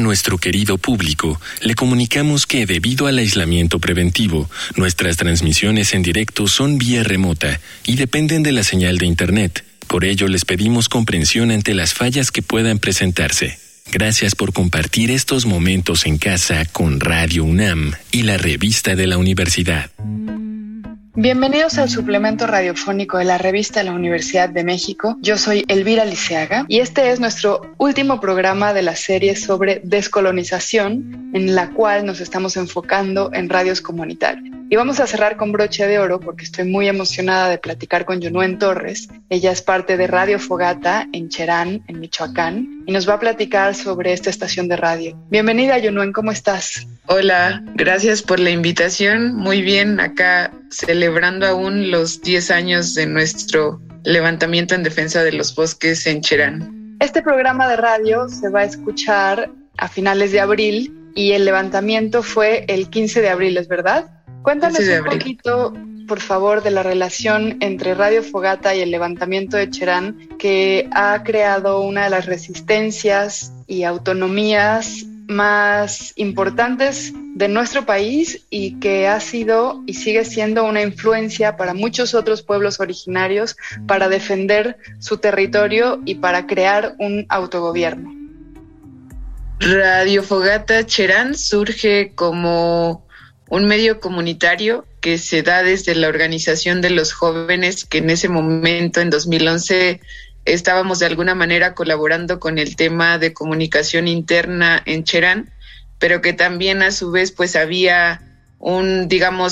nuestro querido público, le comunicamos que debido al aislamiento preventivo, nuestras transmisiones en directo son vía remota y dependen de la señal de Internet. Por ello, les pedimos comprensión ante las fallas que puedan presentarse. Gracias por compartir estos momentos en casa con Radio UNAM y la revista de la universidad. Bienvenidos al suplemento radiofónico de la revista de la Universidad de México. Yo soy Elvira Liceaga y este es nuestro último programa de la serie sobre descolonización, en la cual nos estamos enfocando en radios comunitarias. Y vamos a cerrar con broche de oro porque estoy muy emocionada de platicar con Yunuen Torres. Ella es parte de Radio Fogata en Cherán, en Michoacán, y nos va a platicar sobre esta estación de radio. Bienvenida, Yunuen, ¿cómo estás? Hola, gracias por la invitación. Muy bien, acá celebrando aún los 10 años de nuestro levantamiento en defensa de los bosques en Cherán. Este programa de radio se va a escuchar a finales de abril y el levantamiento fue el 15 de abril, ¿es verdad? Cuéntanos un poquito, por favor, de la relación entre Radio Fogata y el levantamiento de Cherán, que ha creado una de las resistencias y autonomías más importantes de nuestro país y que ha sido y sigue siendo una influencia para muchos otros pueblos originarios para defender su territorio y para crear un autogobierno. Radio Fogata Cherán surge como un medio comunitario que se da desde la organización de los jóvenes que en ese momento, en 2011, estábamos de alguna manera colaborando con el tema de comunicación interna en Cherán, pero que también a su vez pues había un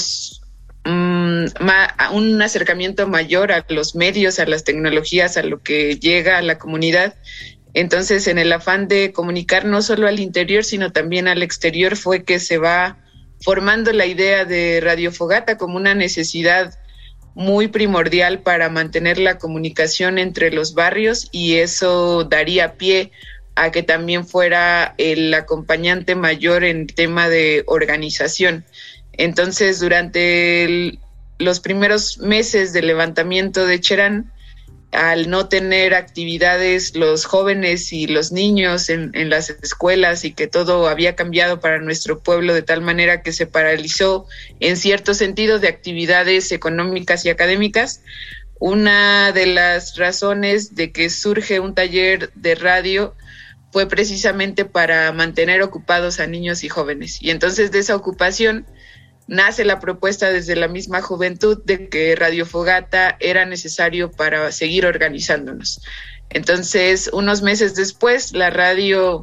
acercamiento mayor a los medios, a las tecnologías, a lo que llega a la comunidad. Entonces, en el afán de comunicar no solo al interior, sino también al exterior, fue que se va formando la idea de Radio Fogata como una necesidad muy primordial para mantener la comunicación entre los barrios, y eso daría pie a que también fuera el acompañante mayor en tema de organización. Entonces, durante los primeros meses del levantamiento de Cherán, al no tener actividades los jóvenes y los niños en las escuelas, y que todo había cambiado para nuestro pueblo de tal manera que se paralizó en cierto sentido de actividades económicas y académicas, una de las razones de que surge un taller de radio fue precisamente para mantener ocupados a niños y jóvenes. Y entonces de esa ocupación nace la propuesta desde la misma juventud de que Radio Fogata era necesario para seguir organizándonos. Entonces, unos meses después, la radio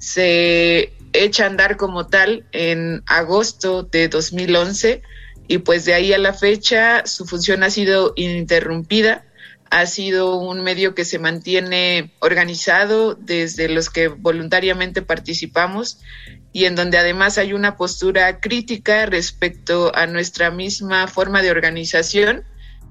se echa a andar como tal en agosto de 2011, y pues de ahí a la fecha su función ha sido ininterrumpida. Ha sido un medio que se mantiene organizado desde los que voluntariamente participamos, y en donde además hay una postura crítica respecto a nuestra misma forma de organización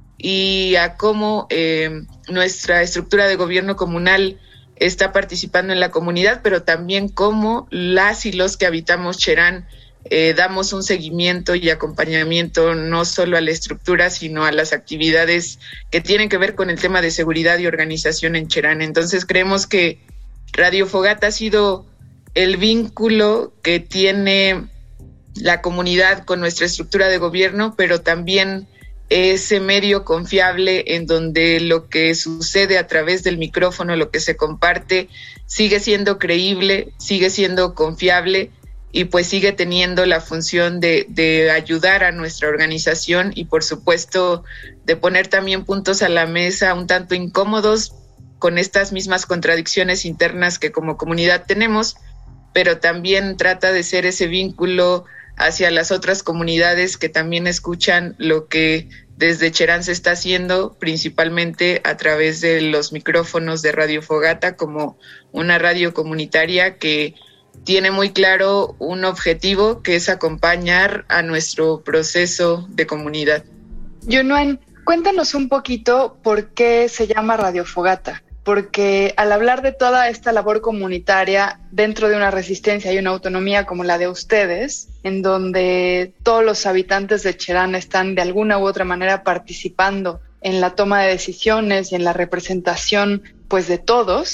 y a cómo nuestra estructura de gobierno comunal está participando en la comunidad, pero también cómo las y los que habitamos Cherán damos un seguimiento y acompañamiento no solo a la estructura, sino a las actividades que tienen que ver con el tema de seguridad y organización en Cherán. Entonces creemos que Radio Fogata ha sido el vínculo que tiene la comunidad con nuestra estructura de gobierno, pero también ese medio confiable en donde lo que sucede a través del micrófono, lo que se comparte, sigue siendo creíble, sigue siendo confiable, y pues sigue teniendo la función de ayudar a nuestra organización y por supuesto de poner también puntos a la mesa un tanto incómodos con estas mismas contradicciones internas que como comunidad tenemos, pero también trata de ser ese vínculo hacia las otras comunidades que también escuchan lo que desde Cherán se está haciendo, principalmente a través de los micrófonos de Radio Fogata como una radio comunitaria que tiene muy claro un objetivo, que es acompañar a nuestro proceso de comunidad. Yunuen, cuéntanos un poquito por qué se llama Radio Fogata. Porque al hablar de toda esta labor comunitaria dentro de una resistencia y una autonomía como la de ustedes, en donde todos los habitantes de Cherán están de alguna u otra manera participando en la toma de decisiones y en la representación pues de todos,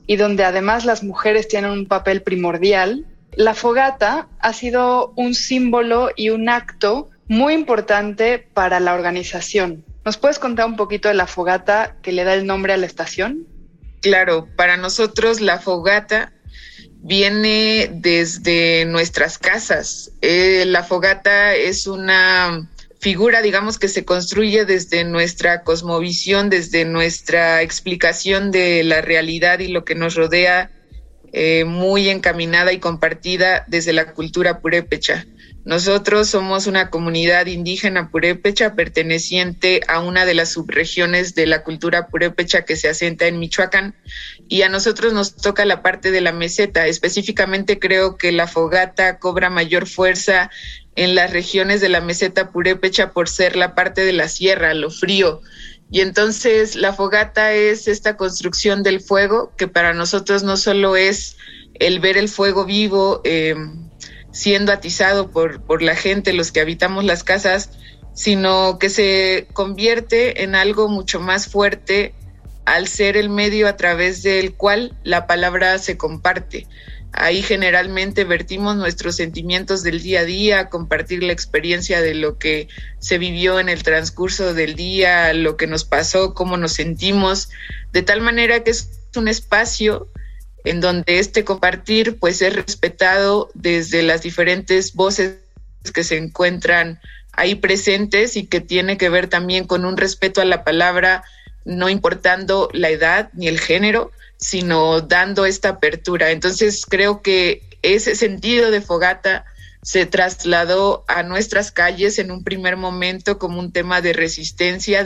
y donde además las mujeres tienen un papel primordial, la fogata ha sido un símbolo y un acto muy importante para la organización. ¿Nos puedes contar un poquito de la fogata que le da el nombre a la estación? Claro, para nosotros la fogata viene desde nuestras casas. La fogata es una figura, digamos, que se construye desde nuestra cosmovisión, desde nuestra explicación de la realidad y lo que nos rodea, muy encaminada y compartida desde la cultura purépecha. Nosotros somos una comunidad indígena purépecha perteneciente a una de las subregiones de la cultura purépecha que se asienta en Michoacán, y a nosotros nos toca la parte de la meseta. Específicamente creo que la fogata cobra mayor fuerza en las regiones de la meseta purépecha por ser la parte de la sierra, lo frío. Y entonces la fogata es esta construcción del fuego, que para nosotros no solo es el ver el fuego vivo, siendo atizado por la gente, los que habitamos las casas, sino que se convierte en algo mucho más fuerte al ser el medio a través del cual la palabra se comparte. Ahí generalmente vertimos nuestros sentimientos del día a día, compartir la experiencia de lo que se vivió en el transcurso del día, lo que nos pasó, cómo nos sentimos, de tal manera que es un espacio en donde este compartir pues es respetado desde las diferentes voces que se encuentran ahí presentes, y que tiene que ver también con un respeto a la palabra, no importando la edad ni el género, sino dando esta apertura. Entonces creo que ese sentido de fogata se trasladó a nuestras calles en un primer momento como un tema de resistencia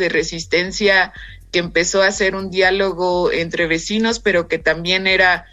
que empezó a ser un diálogo entre vecinos, pero que también era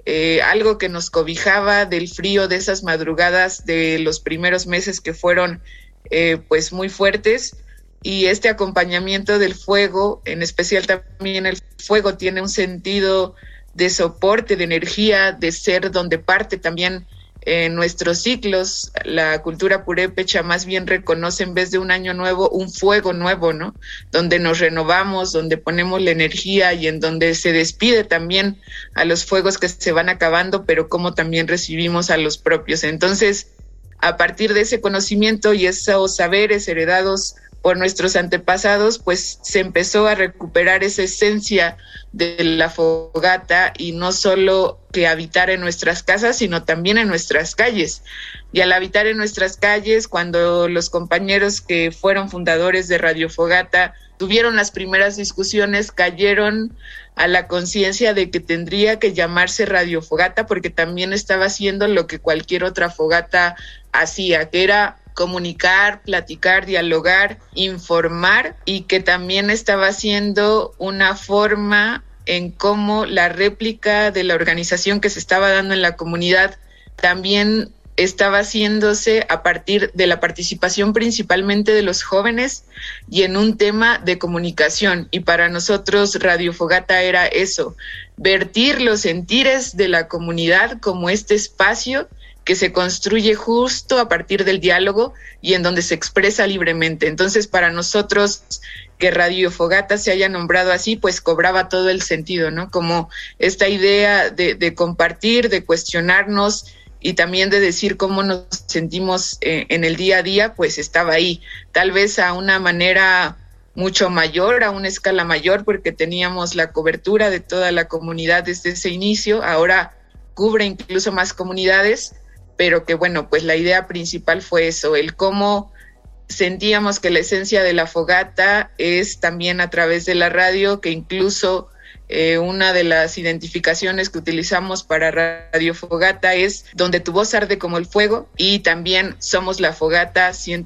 algo que nos cobijaba del frío de esas madrugadas de los primeros meses que fueron pues muy fuertes. Y este acompañamiento del fuego, en especial también el fuego tiene un sentido de soporte, de energía, de ser donde parte también nuestros ciclos. La cultura purépecha más bien reconoce, en vez de un año nuevo, un fuego nuevo, ¿no? Donde nos renovamos, donde ponemos la energía y en donde se despide también a los fuegos que se van acabando, pero como también recibimos a los propios. Entonces, a partir de ese conocimiento y esos saberes heredados por nuestros antepasados, pues se empezó a recuperar esa esencia de la fogata, y no solo que habitar en nuestras casas, sino también en nuestras calles. Y al habitar en nuestras calles, cuando los compañeros que fueron fundadores de Radio Fogata tuvieron las primeras discusiones, cayeron a la conciencia de que tendría que llamarse Radio Fogata, porque también estaba haciendo lo que cualquier otra fogata hacía, que era comunicar, platicar, dialogar, informar, y que también estaba haciendo una forma en cómo la réplica de la organización que se estaba dando en la comunidad también estaba haciéndose a partir de la participación principalmente de los jóvenes y en un tema de comunicación. Y para nosotros Radio Fogata era eso, vertir los sentires de la comunidad como este espacio que se construye justo a partir del diálogo y en donde se expresa libremente. Entonces, para nosotros, que Radio Fogata se haya nombrado así, pues cobraba todo el sentido, ¿no? Como esta idea de compartir, de cuestionarnos y también de decir cómo nos sentimos en el día a día, pues estaba ahí. Tal vez a una manera mucho mayor, a una escala mayor, porque teníamos la cobertura de toda la comunidad desde ese inicio. Ahora cubre incluso más comunidades, pero que bueno, pues la idea principal fue eso, el cómo sentíamos que la esencia de la fogata es también a través de la radio, que incluso una de las identificaciones que utilizamos para Radio Fogata es donde tu voz arde como el fuego, y también somos la Fogata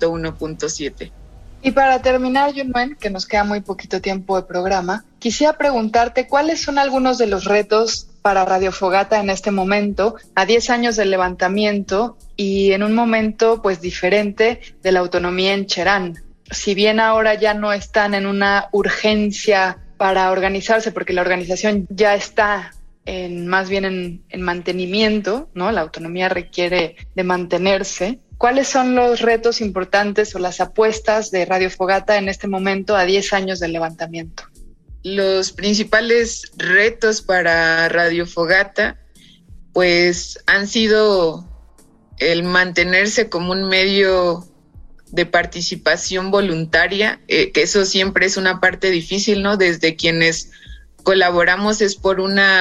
101.7. Y para terminar, Yunuen, que nos queda muy poquito tiempo de programa, quisiera preguntarte cuáles son algunos de los retos para Radio Fogata en este momento, a 10 años del levantamiento y en un momento pues diferente de la autonomía en Cherán. Si bien ahora ya no están en una urgencia para organizarse, porque la organización ya está más bien en mantenimiento, ¿no? La autonomía requiere de mantenerse. ¿Cuáles son los retos importantes o las apuestas de Radio Fogata en este momento a 10 años del levantamiento? Los principales retos para Radio Fogata pues han sido el mantenerse como un medio de participación voluntaria, que eso siempre es una parte difícil, ¿no? Desde quienes colaboramos es por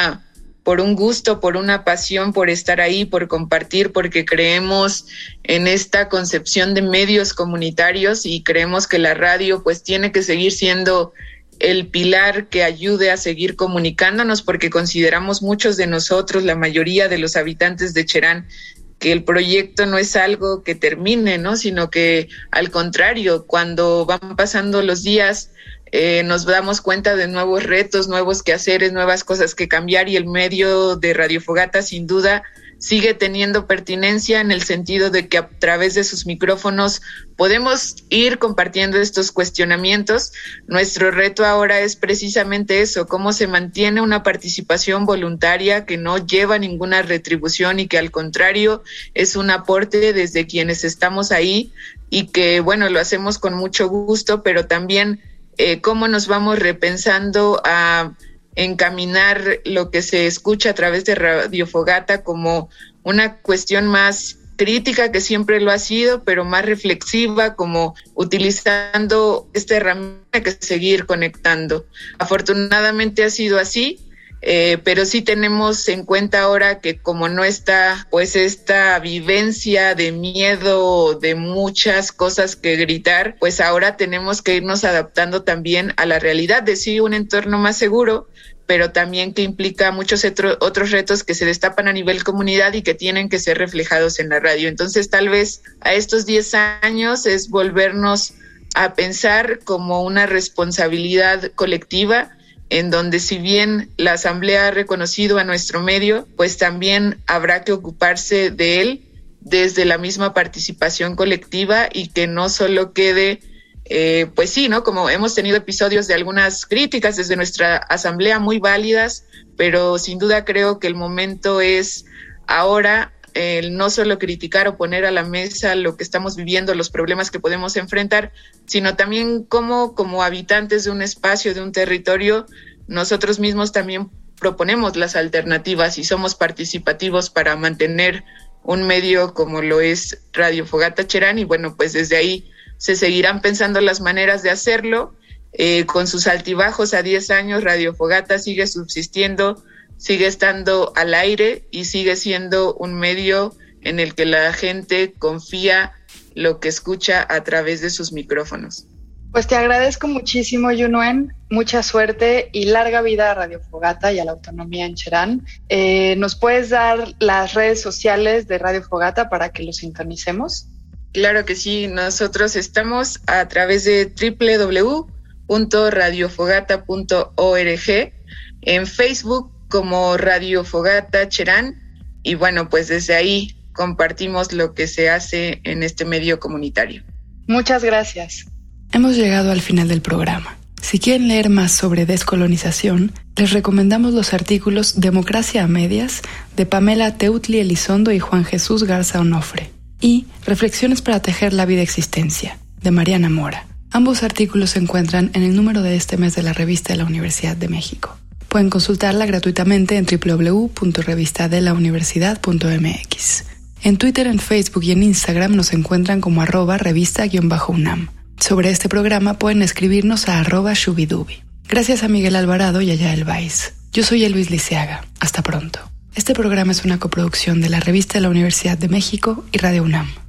un gusto, por una pasión, por estar ahí, por compartir, porque creemos en esta concepción de medios comunitarios y creemos que la radio pues tiene que seguir siendo el pilar que ayude a seguir comunicándonos, porque consideramos muchos de nosotros, la mayoría de los habitantes de Cherán, que el proyecto no es algo que termine, ¿no? Sino que al contrario, cuando van pasando los días, nos damos cuenta de nuevos retos, nuevos quehaceres, nuevas cosas que cambiar, y el medio de Radio Fogata sin duda sigue teniendo pertinencia en el sentido de que a través de sus micrófonos podemos ir compartiendo estos cuestionamientos. Nuestro reto ahora es precisamente eso, cómo se mantiene una participación voluntaria que no lleva ninguna retribución y que al contrario es un aporte desde quienes estamos ahí y que, bueno, lo hacemos con mucho gusto, pero también cómo nos vamos repensando a encaminar lo que se escucha a través de Radio Fogata como una cuestión más crítica, que siempre lo ha sido, pero más reflexiva, como utilizando esta herramienta que seguir conectando. Afortunadamente ha sido así, pero sí tenemos en cuenta ahora que como no está pues esta vivencia de miedo, de muchas cosas que gritar, pues ahora tenemos que irnos adaptando también a la realidad de sí un entorno más seguro, pero también que implica muchos otros retos que se destapan a nivel comunidad y que tienen que ser reflejados en la radio. Entonces tal vez a estos 10 años es volvernos a pensar como una responsabilidad colectiva, en donde si bien la Asamblea ha reconocido a nuestro medio, pues también habrá que ocuparse de él desde la misma participación colectiva y que no solo quede, pues sí, ¿no? Como hemos tenido episodios de algunas críticas desde nuestra Asamblea muy válidas, pero sin duda creo que el momento es ahora el no solo criticar o poner a la mesa lo que estamos viviendo, los problemas que podemos enfrentar, sino también cómo como habitantes de un espacio, de un territorio, nosotros mismos también proponemos las alternativas y somos participativos para mantener un medio como lo es Radio Fogata Cherán. Y bueno, pues desde ahí se seguirán pensando las maneras de hacerlo. Con sus altibajos a 10 años, Radio Fogata sigue subsistiendo, sigue estando al aire y sigue siendo un medio en el que la gente confía lo que escucha a través de sus micrófonos. Pues te agradezco muchísimo, Yunuen. Mucha suerte y larga vida a Radio Fogata y a la autonomía en Cherán. ¿Nos puedes dar las redes sociales de Radio Fogata para que lo sintonicemos? Claro que sí. Nosotros estamos a través de www.radiofogata.org, en Facebook como Radio Fogata Cherán, y bueno, pues desde ahí compartimos lo que se hace en este medio comunitario. Muchas gracias. Hemos llegado al final del programa. Si quieren leer más sobre descolonización, les recomendamos los artículos Democracia a Medias de Pamela Teutli Elizondo y Juan Jesús Garza Onofre y Reflexiones para tejer la vida existencia de Mariana Mora. Ambos artículos se encuentran en el número de este mes de la revista de la Universidad de México. Pueden consultarla gratuitamente en www.revistadelauniversidad.mx. En Twitter, en Facebook y en Instagram nos encuentran como @revista_UNAM. Sobre este programa pueden escribirnos a @shubidubi. Gracias a Miguel Alvarado y a Yael Baiz. Yo soy Elvis Liceaga. Hasta pronto. Este programa es una coproducción de la Revista de la Universidad de México y Radio UNAM.